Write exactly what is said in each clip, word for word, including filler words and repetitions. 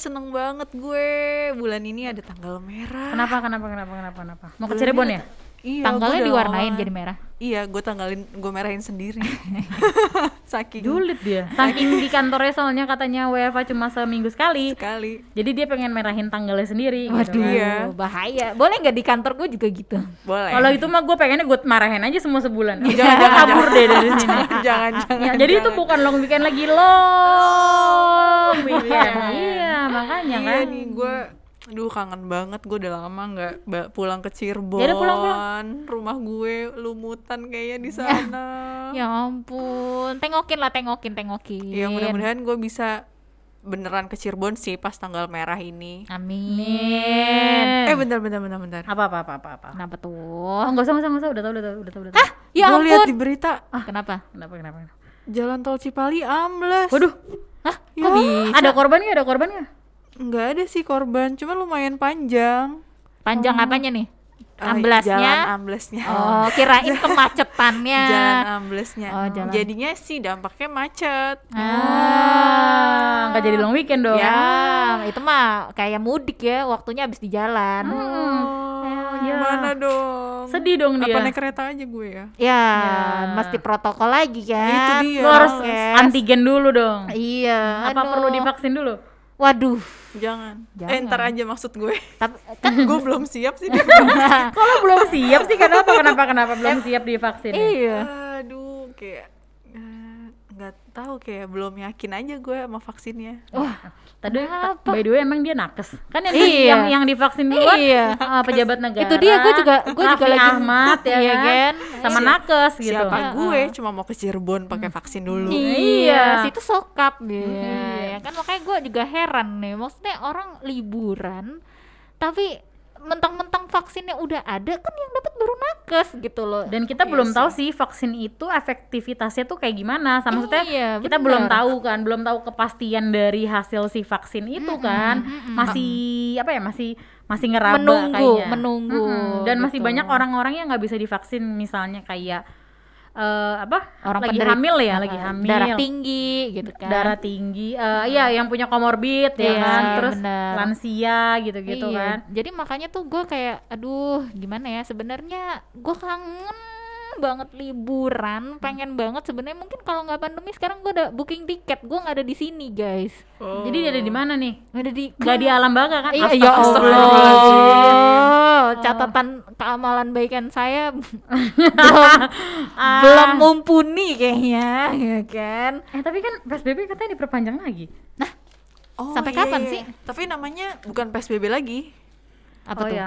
seneng banget gue. Bulan ini ada tanggal merah. Kenapa, kenapa, kenapa, kenapa, kenapa? Mau ke Cirebon ya? Iya, tanggalnya gua diwarnain lawan. jadi merah. Iya, gue tanggalin, gue merahin sendiri. Saking Julid dia. Saking di kantornya soalnya katanya W F H cuma seminggu sekali. sekali. Jadi dia pengen merahin tanggalnya sendiri. Waduh, gitu kan. Iya. bahaya. Boleh nggak di kantor gue juga gitu? Boleh. Kalau itu mah gue pengennya gue marahin aja semua sebulan. Jangan, Gue jangan, kabur jangan. deh dari sini. jangan, jangan. Ya, jadi itu jangan. bukan long weekend lagi long weekend. Iya, makanya Iya kan. nih, gue aduh kangen banget, gue udah lama nggak ba- pulang ke Cirebon. Ya udah, pulang-pulang. Rumah gue lumutan kayaknya di sana. Ya ampun, tengokin lah, tengokin, tengokin. Ya mudah-mudahan gue bisa beneran ke Cirebon sih pas tanggal merah ini. Amin. Eh bentar bentar bentar bentar. Apa apa apa apa apa. Kenapa tuh? Oh, enggak usah enggak usah enggak usah, udah tahu udah tahu udah tahu udah tahu. Ya Gue lihat ampun. di berita Kenapa? Kenapa kenapa? kenapa? jalan tol Cipali ambles. Waduh, Hah? Ya, Kok bisa? ada korbannya, ada korbannya. nggak ada sih korban, cuma lumayan panjang. Panjang apanya nih? Ah, Amblesnya? Jalan amblesnya. Oh, kirain kemacetannya. Jalan amblesnya. Oh, jalan. Jadinya sih dampaknya macet. Ah, enggak jadi long weekend dong. Ya, itu mah kayak mudik ya, waktunya habis di jalan. Oh, Ya. gimana dong? Sedih dong dia. Apa naik kereta aja gue ya? Ya, Ya. mesti protokol lagi kan. Itu dia. Lu harus Prokes. antigen dulu dong. Iya. Apa aduh. perlu divaksin dulu? Waduh. Jangan. Jangan. Eh ntar aja maksud gue. Tapi Kan gue belum siap sih. Kalau belum siap sih kenapa kenapa kenapa belum siap divaksin? iya. Aduh, kayak eh, nggak tahu, kayak belum yakin aja gue sama vaksinnya. Wah, Tadi Kenapa? by the way emang dia nakes. Kan yang Iya. yang, yang divaksin duluan Iya. eh, pejabat negara. Itu dia, gue juga- gue juga Raffi lagi- Ahmad ya Iya kan? kan? Sama Siap- nakes gitu. Siapa Heeh. gue cuma mau ke Cirebon pakai vaksin dulu. Iya, Iya. situ sokap dia. Iya. Ya kan makanya gue juga heran nih. Maksudnya orang liburan tapi mentang-mentang vaksinnya udah ada kan yang dapat baru nakes gitu loh. Dan kita Iya belum sih. tahu sih vaksin itu efektivitasnya tuh kayak gimana. Sama maksudnya Iya, kita bener. belum tahu kan, belum tahu kepastian dari hasil si vaksin itu kan. Masih apa ya? Masih masih ngeraba Menunggu, kayaknya. menunggu, Mm-mm. Dan masih gitu. banyak orang-orang yang nggak bisa divaksin, misalnya kayak eh, apa? Orang lagi penderita- hamil ya, uh, lagi hamil. darah tinggi gitu kan. Darah tinggi, eh, iya yang punya komorbid ya Iya, kan, terus bener. lansia gitu-gitu Iya, kan. jadi makanya tuh gue kayak aduh gimana ya, sebenarnya gue kangen banget liburan, pengen banget sebenarnya. Mungkin kalau nggak pandemi sekarang gue udah booking tiket, gue nggak ada di sini guys, Oh. Jadi dia ada di mana nih? nggak ada di Gak di alam baka kan? Iya, ya Astagfirullahaladzim. Allah, catatan keamalan baikan saya belum Ah. belum mumpuni kayaknya, ya kan? Eh tapi kan P S B B katanya diperpanjang lagi. Oh, Sampai iya, kapan iya. sih? Tapi namanya bukan P S B B lagi. Apa Oh tuh? ya,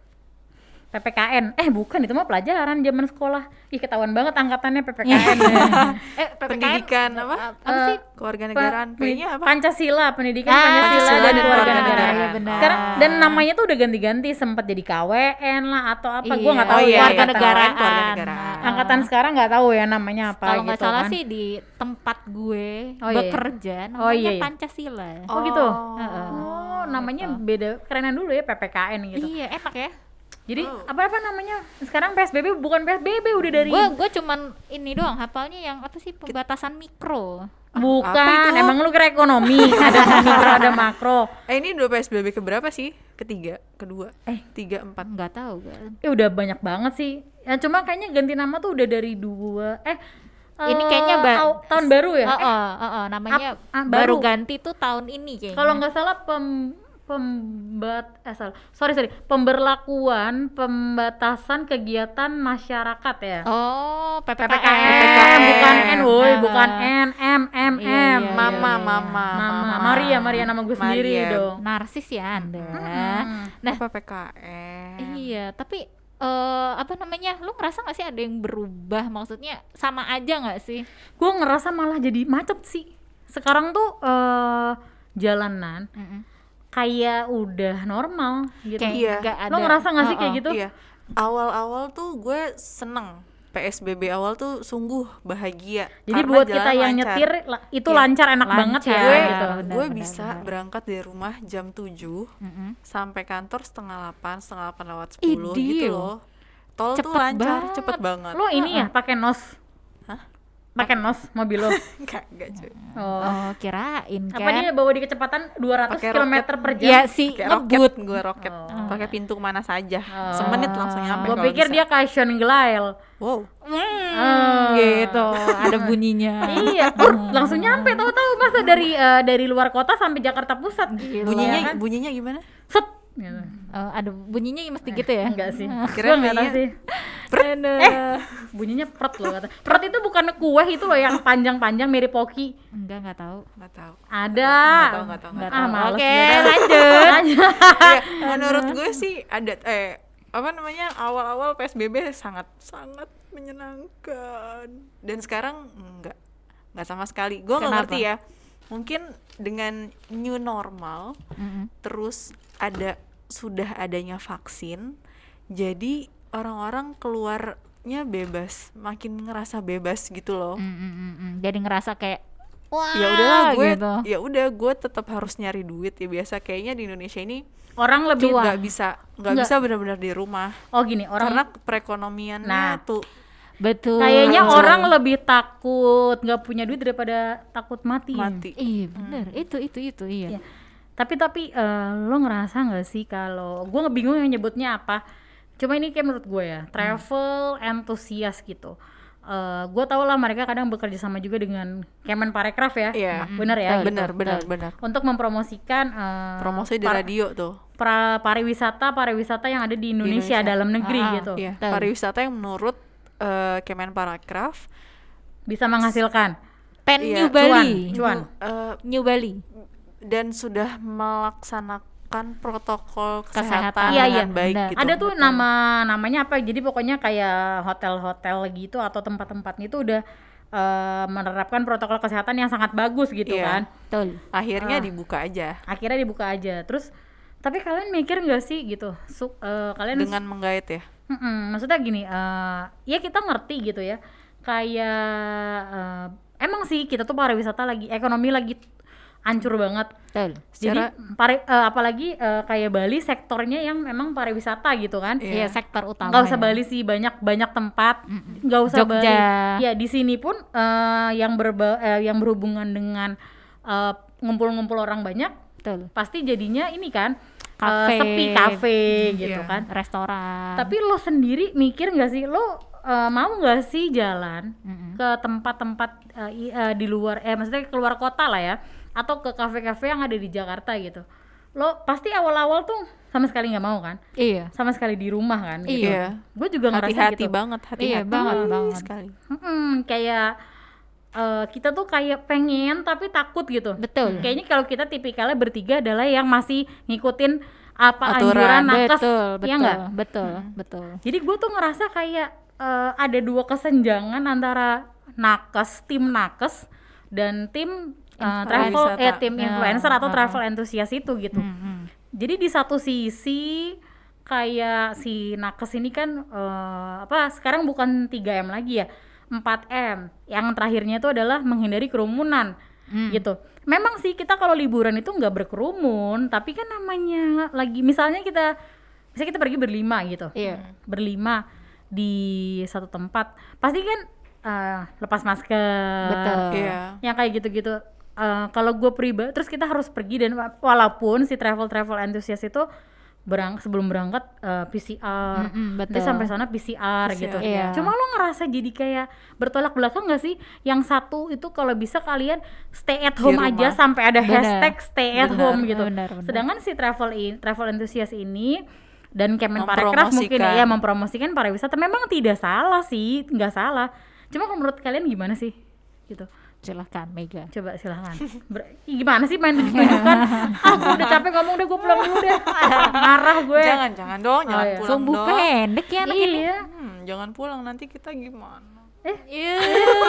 P P K N. Eh bukan, itu mah pelajaran zaman sekolah. Ih ketahuan banget angkatannya P P K N. Eh, P P K N Pendidikan apa? apa Eh, sih? Kewarganegaraan. Pa- P-nya apa? Pancasila, pendidikan Ah, Pancasila Pancasila dan dan kewarganegaraan. kewarganegaraan. Iya, benar. Sekarang dan namanya tuh udah ganti-ganti, sempat jadi K W N lah atau apa, gua nggak Iya. tahu Oh, ya. iya, Keluarga iya. negaraan. Kewarganegaraan. Angkatan sekarang nggak tahu ya namanya apa. Kalau nggak gitu salah kan. sih di tempat gue Oh, iya. bekerja namanya Oh, iya, iya. Pancasila. Oh gitu. Heeh. Oh namanya beda, kerenan dulu ya P P K N gitu. Iya, enak ya. Jadi Oh. apa-apa namanya? Sekarang P S B B bukan P S B B udah dari Gue gue cuman ini doang hafalnya yang apa sih, pembatasan mikro. Apa bukan. itu? Emang lu kira ekonomi? Ada mikro, ada makro. Eh ini udah P S B B keberapa sih? Ketiga, kedua, Eh. tiga, empat. Nggak tahu kan. Eh udah banyak banget sih. Ya cuma kayaknya ganti nama tuh udah dari dua eh Ini eh, kayaknya ba- aw- tahun baru ya? Oh, Eh, oh, oh, oh, namanya ap- ah, baru. baru. ganti tuh tahun ini kayaknya. Kalau nggak salah pem pembat eh salah. Sorry sorry. Pemberlakuan pembatasan kegiatan masyarakat ya. Oh, P P K P P K M, M bukan N woi, Nah. bukan N M M Iya, M. iya, Mama, iya. mama, Mama Maria, Maria nama gue sendiri Maria. dong. Narsis ya Anda. Hmm. Nah, Apa P P K M? iya, tapi eh apa namanya? Lu ngerasa nggak sih ada yang berubah? Maksudnya sama aja nggak sih? Gue ngerasa malah jadi macet sih. Sekarang tuh eh jalanan Mm-mm. kayak udah normal gitu. Kayak Iya. nggak ada. Lo ngerasa nggak sih Oh, kayak oh. gitu? Iya. Awal-awal tuh gue seneng. P S B B awal tuh sungguh bahagia. Jadi karena buat jalan kita yang lancar. nyetir la- itu Iya. lancar enak banget ya gue, gitu. benar, gue benar, bisa benar. berangkat dari rumah jam tujuh Mm-mm. sampai kantor setengah delapan, setengah delapan lewat sepuluh Idil. gitu loh. Tol tuh Cepet lancar, banget. cepet banget. Lo ini ya pakai nos. Hah? pakai nos mobil lo. Enggak, enggak cuy. Oh. Oh, kirain kan. Apa dia bawa di kecepatan dua ratus Pakai kilometer roket. per jam? Ya si Pakai ngebut. roket, gue roket. Oh. Pakai pintu kemana saja. Oh. Semenit langsung nyampe. Gue kalau pikir bisa. dia kayak Sean Glyle. Wow. Hmm, gitu. Ada bunyinya. Iya, brr, langsung nyampe tahu-tahu masa dari eh, dari luar kota sampai Jakarta Pusat. Gila, Bunyinya ya kan? bunyinya gimana? Set. Gitu. Oh, ada bunyinya mesti gitu ya? Enggak sih. Kirain Gue enggak tahu bunyinya sih. Aduh. Eh, bunyinya pret loh kata. Pret itu bukan kue itu loh yang panjang-panjang mirip Pocky. Enggak, enggak tahu. Nggak tahu. Ada. Nggak tahu, nggak tahu, nggak Ah, tahu. males Oke, gitu. lanjut. Ya, menurut gue sih ada eh apa namanya awal-awal P S B B sangat sangat menyenangkan dan sekarang enggak enggak sama sekali. Gue nggak Kenapa? ngerti ya. Mungkin dengan new normal Mm-mm. terus ada sudah adanya vaksin, jadi orang-orang keluarnya bebas, makin ngerasa bebas gitu loh. Mm, mm, mm, mm. Jadi ngerasa kayak wah, Ya udahlah gue, gitu. ya udah gue tetap harus nyari duit ya biasa kayaknya di Indonesia ini Orang lebih Cuan. nggak bisa nggak Nggak. bisa benar-benar di rumah Oh gini, orang karena perekonomiannya Nah. tuh Betul. kayaknya Hancur. orang lebih takut nggak punya duit daripada takut mati. mati. Iya, bener. Itu itu itu iya. Iya. Tapi tapi eh, lo ngerasa nggak sih kalau gue bingung yang nyebutnya apa? Cuma ini kayak menurut gue ya travel enthusiast gitu. Eh gue tau lah mereka kadang bekerja sama juga dengan Kemenparekraf ya. Iya. Bener ya. gitu. Benar, benar, benar. Untuk mempromosikan eh, Promosi di par- radio tuh. pra- pariwisata pariwisata yang ada di Indonesia, Indonesia. dalam negeri Ah, gitu. Iya, Betul. pariwisata yang menurut eh, Kemenparekraf Bisa menghasilkan. Pen Iya, New Bali. Cuan. eh, New Bali. dan sudah melaksanakan protokol Kesehatan. kesehatan Iya, dengan iya, baik benar. gitu. Ada tuh nama namanya apa? Jadi pokoknya kayak hotel-hotel gitu atau tempat-tempatnya itu udah eh, menerapkan protokol kesehatan yang sangat bagus gitu Iya. kan. Betul. Akhirnya Ah. dibuka aja Akhirnya dibuka aja. Terus tapi kalian mikir nggak sih gitu? Su- eh, kalian dengan menggait ya. Mm-mm, maksudnya gini, eh, ya kita ngerti gitu ya. Kayak eh, emang sih kita tuh pariwisata lagi, ekonomi lagi hancur banget. Betul. Jadi Secara- pari, eh, apalagi eh, kayak Bali sektornya yang memang pariwisata gitu kan. Iya, Iya. sektor utama. Nggak usah ya. Bali sih, banyak banyak tempat. Mm-mm. Nggak usah Jogja. Bali. Ya di sini pun eh, yang berba eh, yang berhubungan dengan eh, ngumpul-ngumpul orang banyak, Betul. pasti jadinya ini kan eh, Kafe. sepi kafe gitu Iya. kan. Restoran. Tapi lo sendiri mikir nggak sih lo eh, mau nggak sih jalan Mm-mm. ke tempat-tempat eh, i- eh, di luar eh maksudnya keluar kota lah ya, atau ke kafe-kafe yang ada di Jakarta gitu? Lo pasti awal-awal tuh sama sekali nggak mau kan? Iya. Sama sekali di rumah kan? Gitu. Iya. Gue juga ngerasa Hati-hati gitu. banget, hati-hati Iya, banget, banget. sekali. Mm-mm, kayak eh, kita tuh kayak pengen tapi takut gitu. Betul. Kayaknya kalau kita tipikalnya bertiga adalah yang masih ngikutin apa Aturan. anjuran nakes, Betul, ya betul, nggak? betul, betul. Jadi gue tuh ngerasa kayak eh, ada dua kesenjangan antara nakes, tim nakes dan tim eh, travel, Influencer. eh tim Ya, influencer atau uh-uh. travel enthusiast itu gitu. Mm-mm. Jadi di satu sisi kayak si nakes ini kan eh, apa sekarang bukan tiga M lagi ya, empat M. Yang terakhirnya itu adalah menghindari kerumunan Mm. gitu. Memang sih kita kalau liburan itu nggak berkerumun, tapi kan namanya lagi misalnya kita misalnya kita pergi berlima gitu. Iya. Berlima di satu tempat, pasti kan eh, lepas masker. Betul. Iya. Yang kayak gitu-gitu. Eh, kalau gue pribadi, terus kita harus pergi dan wa- walaupun si travel travel enthusiast itu berang sebelum berangkat eh, P C R, Mm-mm, nanti betul. sampai sana P C R, P C R, gitu. iya. Cuma lo ngerasa jadi kayak bertolak belakang nggak sih? Yang satu itu kalau bisa kalian stay at home rumah. aja sampai ada Benar. hashtag stay at Benar, home gitu. benar, benar. Sedangkan si travel in, travel enthusiast ini dan Kemenparekraf mungkin Mempromosikan. ya mempromosikan pariwisata, memang tidak salah sih, nggak salah. Cuma kalau menurut kalian gimana sih? Gitu. Silahkan Mega. Coba silahkan. Ber- Ih, gimana sih main tunjuk-tunjukkan? Ah, gue udah capek ngomong deh, gue pulang dulu deh. Marah gue. Jangan, jangan dong, Oh, jangan iya. pulang Sumbu dong. pendek ya anak ini. Iya. Hmm, jangan pulang nanti kita gimana? Iya.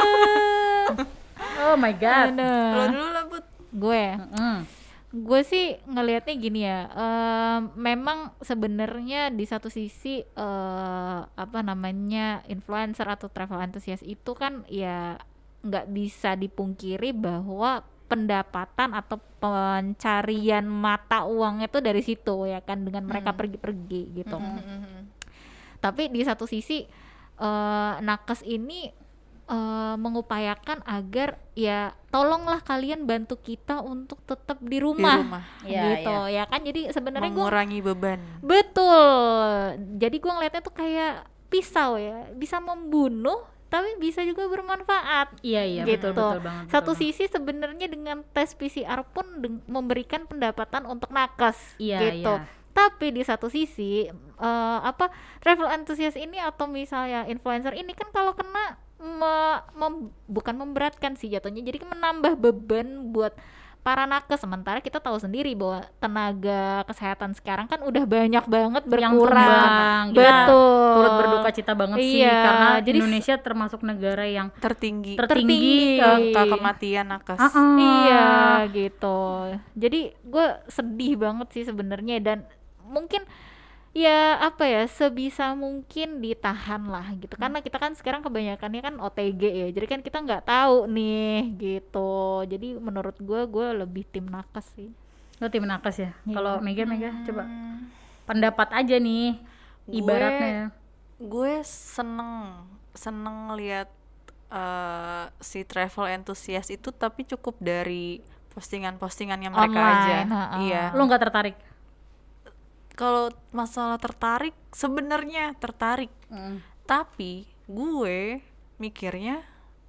Oh my god. Lo Aduh. dulu lah, Bud. Gue. Mm. Gue sih ngelihatnya gini ya, em, memang sebenarnya di satu sisi eh, apa namanya influencer atau travel enthusiast itu kan ya nggak bisa dipungkiri bahwa pendapatan atau pencarian mata uangnya tuh dari situ ya kan, dengan mereka Hmm. pergi-pergi gitu. Mhm. Tapi di satu sisi eh, nakes ini uh, mengupayakan agar ya tolonglah kalian bantu kita untuk tetap di rumah, Di rumah. Iya, gitu ya kan. Jadi sebenarnya gue Mengurangi beban. betul. Jadi gue ngeliatnya tuh kayak pisau ya, bisa membunuh tapi bisa juga bermanfaat. Iya iya Gitu. betul betul banget. betul Satu banget. sisi sebenarnya dengan tes P C R pun deng- memberikan pendapatan untuk nakes, Iya, gitu. iya. Tapi di satu sisi eh, apa travel enthusiast ini atau misalnya influencer ini kan kalau kena me- mem- bukan memberatkan sih jatuhnya, jadi kan menambah beban buat para nakes. Sementara kita tahu sendiri bahwa tenaga kesehatan sekarang kan udah banyak banget Yang berkurang. tumbang, kita Betul. turut berduka cita banget sih Iya, karena jadi Indonesia termasuk negara yang Tertinggi. tertinggi, Tertinggi. eh, Angka kematian nakes. ah, ah. Iya gitu. Jadi gue sedih banget sih sebenarnya, dan mungkin ya apa ya sebisa mungkin ditahan lah gitu, karena kita kan sekarang kebanyakannya kan O T G ya, jadi kan kita nggak tahu nih gitu. Jadi menurut gue gue lebih tim nakes sih. Lo tim nakes ya. Iya. Kalau Mega Mega coba Hmm, pendapat aja nih Gue- ibaratnya. gue seneng seneng ngeliat eh, si travel enthusiast itu, tapi cukup dari postingan-postingannya mereka Online, aja. ha-ha. Iya. Lo nggak tertarik? Kalau masalah tertarik, sebenarnya tertarik, tapi gue mikirnya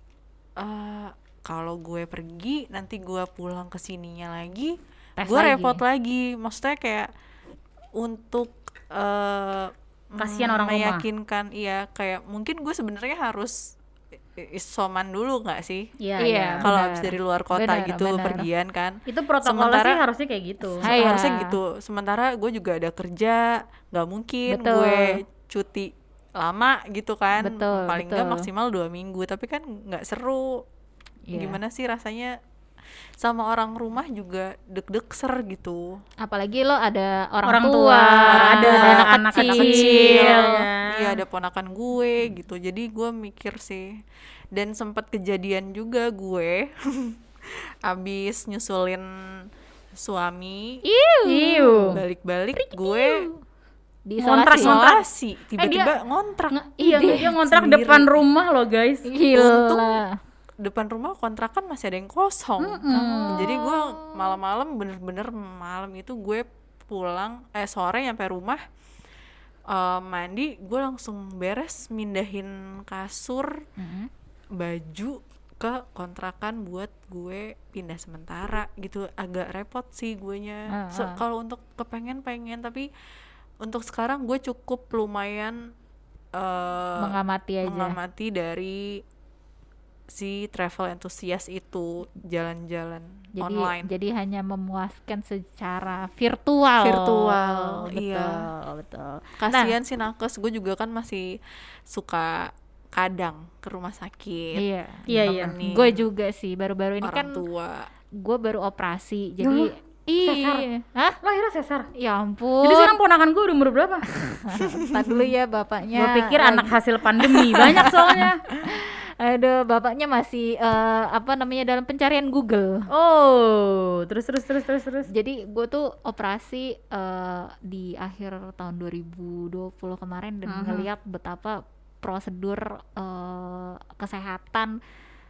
eh kalau gue pergi nanti gue pulang ke sininya lagi, Tes gue lagi. repot lagi. Maksudnya kayak untuk eh Kasihan orang rumah. meyakinkan, iya, kayak mungkin gue sebenarnya harus i- isoman dulu nggak sih? Iya Iya. iya. Kalau benar. habis dari luar kota Benar, gitu benar. pergian kan. Itu protokolnya Sementara- sih harusnya kayak gitu. Ah, iya. Harusnya gitu. Sementara gue juga ada kerja, nggak mungkin Betul. gue cuti lama gitu kan. Betul, Paling nggak betul. maksimal dua minggu. Tapi kan nggak seru. Iya. Gimana sih rasanya sama orang rumah juga deg-deg ser gitu. Apalagi lo ada orang, Orang tua, tua, ada, ada anak, anak kecil, kecil. ya. Iya, ada ponakan gue gitu. Jadi gue mikir sih. Dan sempat kejadian juga gue abis nyusulin suami, Iu. balik-balik gue Diisolasi. kontraksi, Eh, tiba-tiba ngontrak. Nge- iya Ide. dia ngontrak Sendiri. depan rumah lo guys. Gila. Depan rumah kontrakan masih ada yang kosong. Mm-mm. Jadi gue malam-malam, bener-bener malam itu gue pulang, eh sore nyampe rumah, eh, mandi, gue langsung beres mindahin kasur, Mhm. baju ke kontrakan buat gue pindah sementara gitu. Agak repot sih guenya. Ah, Se- ah. Kalau untuk kepengen-pengen, tapi untuk sekarang gue cukup lumayan eh, Mengamati aja. mengamati dari si travel enthusiast itu, jalan-jalan Jadi online. jadi hanya memuaskan secara virtual. Virtual, betul, iya. betul. Kasian sih nakes, gue juga kan masih suka kadang ke rumah sakit. Iya. Iya, iya. nemenin Gue juga sih baru-baru ini orang kan tua. gue baru operasi. Ya, Jadi sesar. iya. Hah? Lo akhirnya sesar. Ya ampun. Jadi sekarang ponakan gue udah umur berapa? Ntar dulu ya bapaknya. Gue pikir lagi- anak hasil pandemi banyak soalnya. Aduh, bapaknya masih eh, apa namanya dalam pencarian Google. Oh, terus terus terus terus terus. Jadi gue tuh operasi eh, di akhir tahun dua ribu dua puluh kemarin, dan Mhm. ngeliat betapa prosedur eh, kesehatan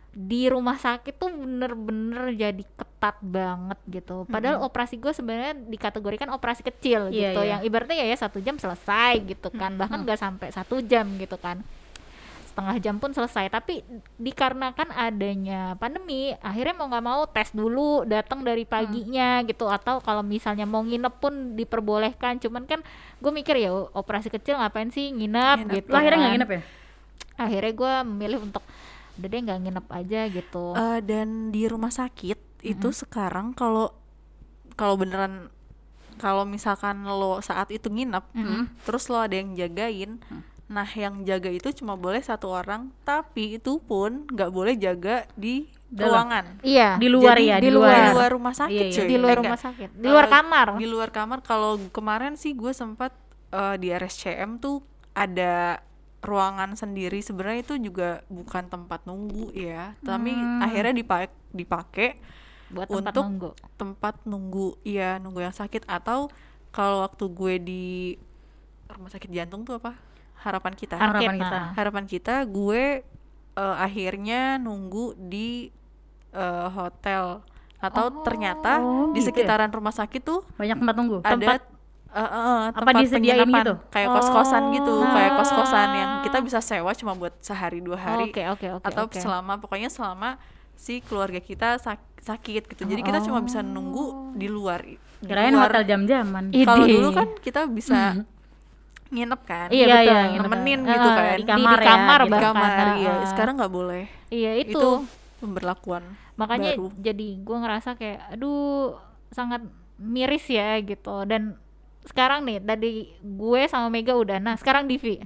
di rumah sakit tuh bener-bener jadi ketat banget gitu. Padahal operasi gue sebenarnya dikategorikan operasi kecil Iya, gitu, iya. yang ibaratnya ya ya satu jam selesai gitu kan, bahkan nggak sampai satu jam gitu kan. Setengah jam pun selesai, tapi dikarenakan adanya pandemi akhirnya mau nggak mau tes dulu, datang dari paginya gitu, atau kalau misalnya mau nginep pun diperbolehkan. Cuman kan gue mikir ya operasi kecil ngapain sih nginep, Nginep. gitu. Lo akhirnya nggak kan. nginep ya? Akhirnya gue memilih untuk udah deh nggak nginep aja gitu. Eh, dan di rumah sakit itu sekarang kalau kalau beneran, kalau misalkan lo saat itu nginep, terus lo ada yang jagain, nah yang jaga itu cuma boleh satu orang, tapi itu pun nggak boleh jaga di Dalam. ruangan. Iya, Di luar Jadi ya, di di luar, luar. di luar rumah sakit, Iya, iya. cuy. di luar Eh, rumah enggak. sakit, di luar Eh, kamar. Di luar kamar. Kalau kemarin sih gue sempat eh, di R S C M tuh ada ruangan sendiri. Sebenarnya itu juga bukan tempat nunggu ya, tapi akhirnya dipakai dipakai Buat tempat untuk nunggu. tempat nunggu, iya, nunggu yang sakit. Atau kalau waktu gue di rumah sakit jantung tuh apa, harapan kita, Harapan Sakit, kita. nah. harapan kita, gue uh, akhirnya nunggu di uh, hotel atau Oh, ternyata di gitu ya? sekitaran rumah sakit tuh Banyak tempat tunggu. ada Tempat- uh, uh, Apa tempat disediain penginapan, gitu? kayak kos-kosan Oh. gitu, kayak Ah. kos-kosan yang kita bisa sewa cuma buat sehari dua hari Oke oke oke. atau oke. selama pokoknya selama si keluarga kita sak- sakit gitu. Jadi kita cuma bisa nunggu di luar. Di Kirain luar. hotel jam-jaman. Ih, Kalau Idih. dulu kan kita bisa nginep kan, Iya, Iya, betul. iya, nginep. nemenin Eh, gitu eh, kan di di kamar di ya, kamar gitu. di bahkan. kamar. ah, Iya, ah. sekarang nggak boleh. Iya itu. Itu pemberlakuan Makanya baru. jadi gue ngerasa kayak aduh sangat miris ya gitu. Dan sekarang nih tadi gue sama Mega udah, nah sekarang Divi.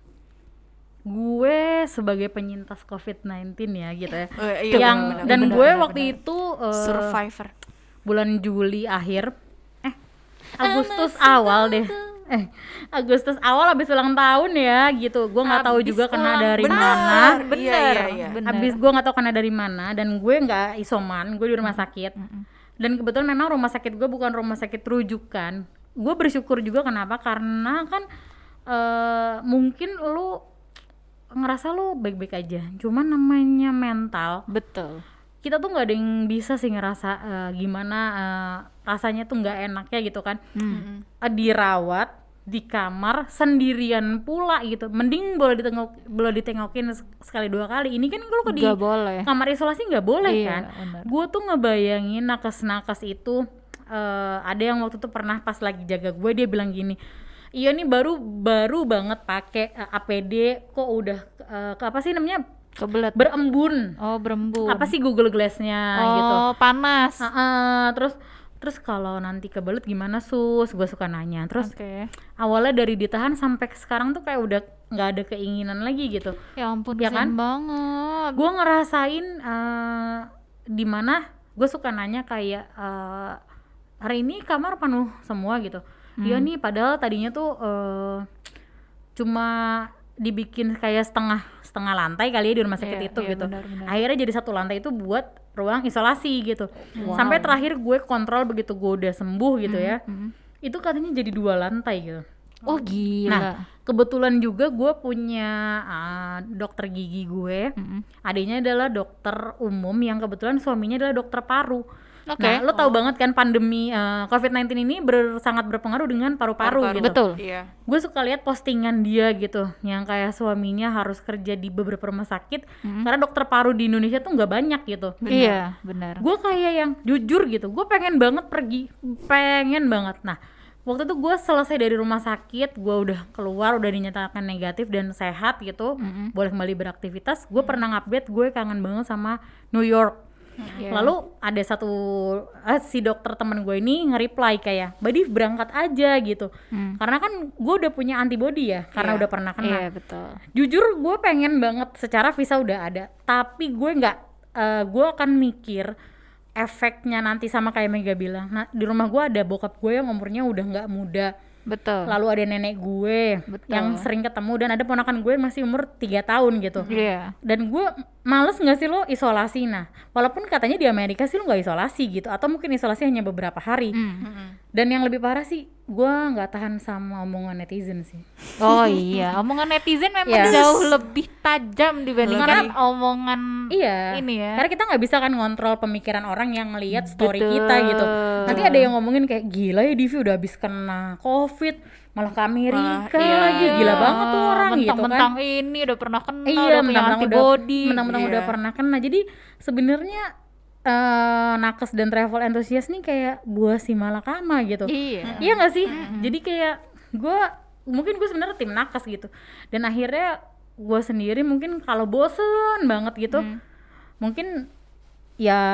Gue sebagai penyintas covid sembilan belas ya gitu ya. Eh, iya, yang benar-benar. dan benar, gue benar, waktu benar. itu eh, Survivor. bulan Juli akhir eh Agustus awal deh. Eh, Agustus awal habis ulang tahun ya gitu. Gue nggak tahu Habis juga kena ulang dari tahun. mana. Bener, Iya, iya, iya. bener. Habis gue nggak tahu kena dari mana dan gue nggak isoman, gue di rumah sakit. Dan kebetulan memang rumah sakit gue bukan rumah sakit rujukan. Gue bersyukur juga kenapa? Karena kan eh, mungkin lu ngerasa lu baik-baik aja. Cuman namanya mental, Betul. kita tuh nggak ada yang bisa sih ngerasa eh, gimana eh, rasanya tuh nggak enaknya gitu kan. Hmm. Eh, dirawat di kamar sendirian pula gitu. Mending boleh ditengok boleh ditengokin sek- sekali dua kali. Ini kan kalau ke di Gak boleh. kamar isolasi nggak boleh Iya, kan. benar. Gue tuh ngebayangin nakes-nakes itu eh, ada yang waktu itu pernah pas lagi jaga gue, dia bilang gini, iya nih baru baru banget pakai eh, A P D kok udah eh, ke apa sih namanya, Kebelet. berembun. Oh berembun. Apa sih Google Glass-nya oh, gitu. panas. Heeh, terus terus kalau nanti kebelet gimana sus, gue suka nanya. Terus Oke. awalnya dari ditahan sampai sekarang tuh kayak udah nggak ada keinginan lagi gitu. Ya ampun, Ya kasihan kan? banget. Gue ngerasain eh, di mana gue suka nanya kayak eh, hari ini kamar penuh semua gitu. Iya nih padahal tadinya tuh eh, cuma dibikin kayak setengah setengah lantai kali ya di rumah sakit Iya, itu iya, gitu. benar, benar. Akhirnya jadi satu lantai itu buat ruang isolasi gitu. Wow. Sampai terakhir gue kontrol begitu gue udah sembuh gitu ya. Mhm. Itu katanya jadi dua lantai gitu. Oh gila. Nah, kebetulan juga gue punya uh, dokter gigi gue. Mhm. Adiknya adalah dokter umum yang kebetulan suaminya adalah dokter paru. Oke. Nah, lo tahu banget kan pandemi uh, covid sembilan belas ini ber- sangat berpengaruh dengan paru-paru Paru-paru. gitu. Betul. Iya. Gue suka lihat postingan dia gitu, yang kayak suaminya harus kerja di beberapa rumah sakit karena dokter paru di Indonesia tuh nggak banyak gitu. Iya benar. Gue kayak yang jujur gitu, gue pengen banget pergi, pengen banget. Nah, waktu itu gue selesai dari rumah sakit, gue udah keluar, udah dinyatakan negatif dan sehat gitu, boleh kembali beraktivitas. Gue pernah ngupdate gue kangen banget sama New York. Iya. Lalu ada satu eh, si dokter temen gue ini nge-reply kayak, Badif berangkat aja gitu, Hmm. karena kan gue udah punya antibody ya, karena Iya. udah pernah kena. Iya betul. Jujur gue pengen banget, secara visa udah ada, tapi gue nggak, eh, gue akan mikir efeknya nanti sama kayak Mega bilang. Nah di rumah gue ada bokap gue yang umurnya udah nggak muda, Betul. lalu ada nenek gue Betul. yang sering ketemu, dan ada ponakan gue yang masih umur tiga tahun gitu. Iya. Dan gue males nggak sih lo isolasi. Nah walaupun katanya di Amerika sih lo nggak isolasi gitu, atau mungkin isolasi hanya beberapa hari. Hmm. Dan yang lebih parah sih, gue nggak tahan sama omongan netizen sih. Oh iya, omongan netizen memang Iya. jauh lebih tajam dibandingkan Lebih. omongan Iya, ini ya. karena kita nggak bisa kan ngontrol pemikiran orang yang ngelihat story Betul. kita gitu. Nanti ada yang ngomongin kayak, gila ya Divi udah habis kena covid, malah ke Amerika Malah, iya. lagi, gila banget tuh orang gitu kan. mentang-mentang ini udah pernah kena, Iya, udah punya mentang-mentang udah, antibody. mentang-mentang Iya. udah pernah kena. Jadi sebenarnya eh, nakes dan travel enthusiast nih kayak buah si malakama gitu. Iya. Iya nggak sih? Jadi kayak gue, mungkin gue sebenarnya tim nakes gitu. Dan akhirnya gue sendiri mungkin kalau bosen banget gitu, Hmm. mungkin ya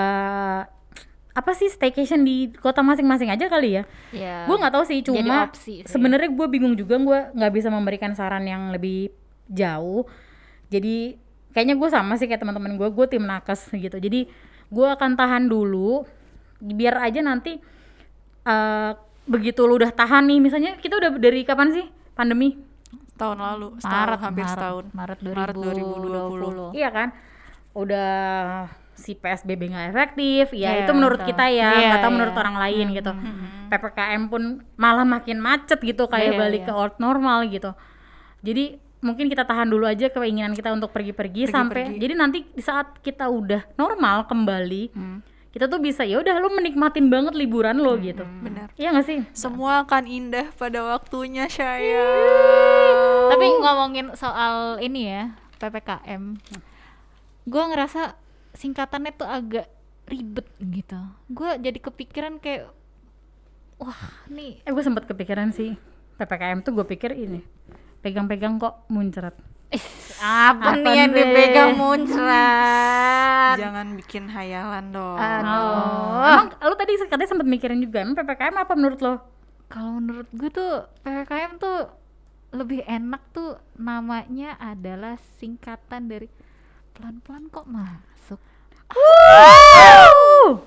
apa sih, staycation di kota masing-masing aja kali ya. Ya. Gue nggak tahu sih, Jadi cuma opsi sih. sebenarnya gue bingung juga, gue nggak bisa memberikan saran yang lebih jauh. Jadi kayaknya gue sama sih kayak teman-teman gue, gue tim nakes gitu. Jadi gue akan tahan dulu, biar aja nanti uh, begitu lu udah tahan nih, misalnya kita udah dari kapan sih pandemi? Tahun lalu, setahun, Maret, hampir Maret, setahun. Maret Maret dua ribu dua puluh. Iya kan? Udah si P S B B nggak efektif, ya Iya, itu menurut betul. kita ya, Iya, nggak tahu iya. menurut orang lain gitu. P P K M pun malah makin macet gitu, kayak Iya, balik iya. ke old normal gitu. Jadi mungkin kita tahan dulu aja keinginan kita untuk pergi-pergi sampai Pergi-pergi. jadi nanti di saat kita udah normal kembali Hmm. kita tuh bisa ya udah lo menikmatin banget liburan lo gitu. Benar. Iya nggak sih? Semua akan indah pada waktunya, Syaya. Tapi ngomongin soal ini ya, P P K M, gue ngerasa singkatannya tuh agak ribet gitu. Gue jadi kepikiran kayak, wah nih Eh gue sempat kepikiran sih P P K M tuh gue pikir ini pegang-pegang kok muncrat. apa, Apa nih yang deh? dipegang muncrat. Jangan bikin hayalan dong. Aduh. Emang lo tadi katanya sempat mikirin juga emang P P K M apa menurut lo? Kalau menurut gue tuh P P K M tuh lebih enak tuh namanya adalah singkatan dari pelan-pelan kok masuk.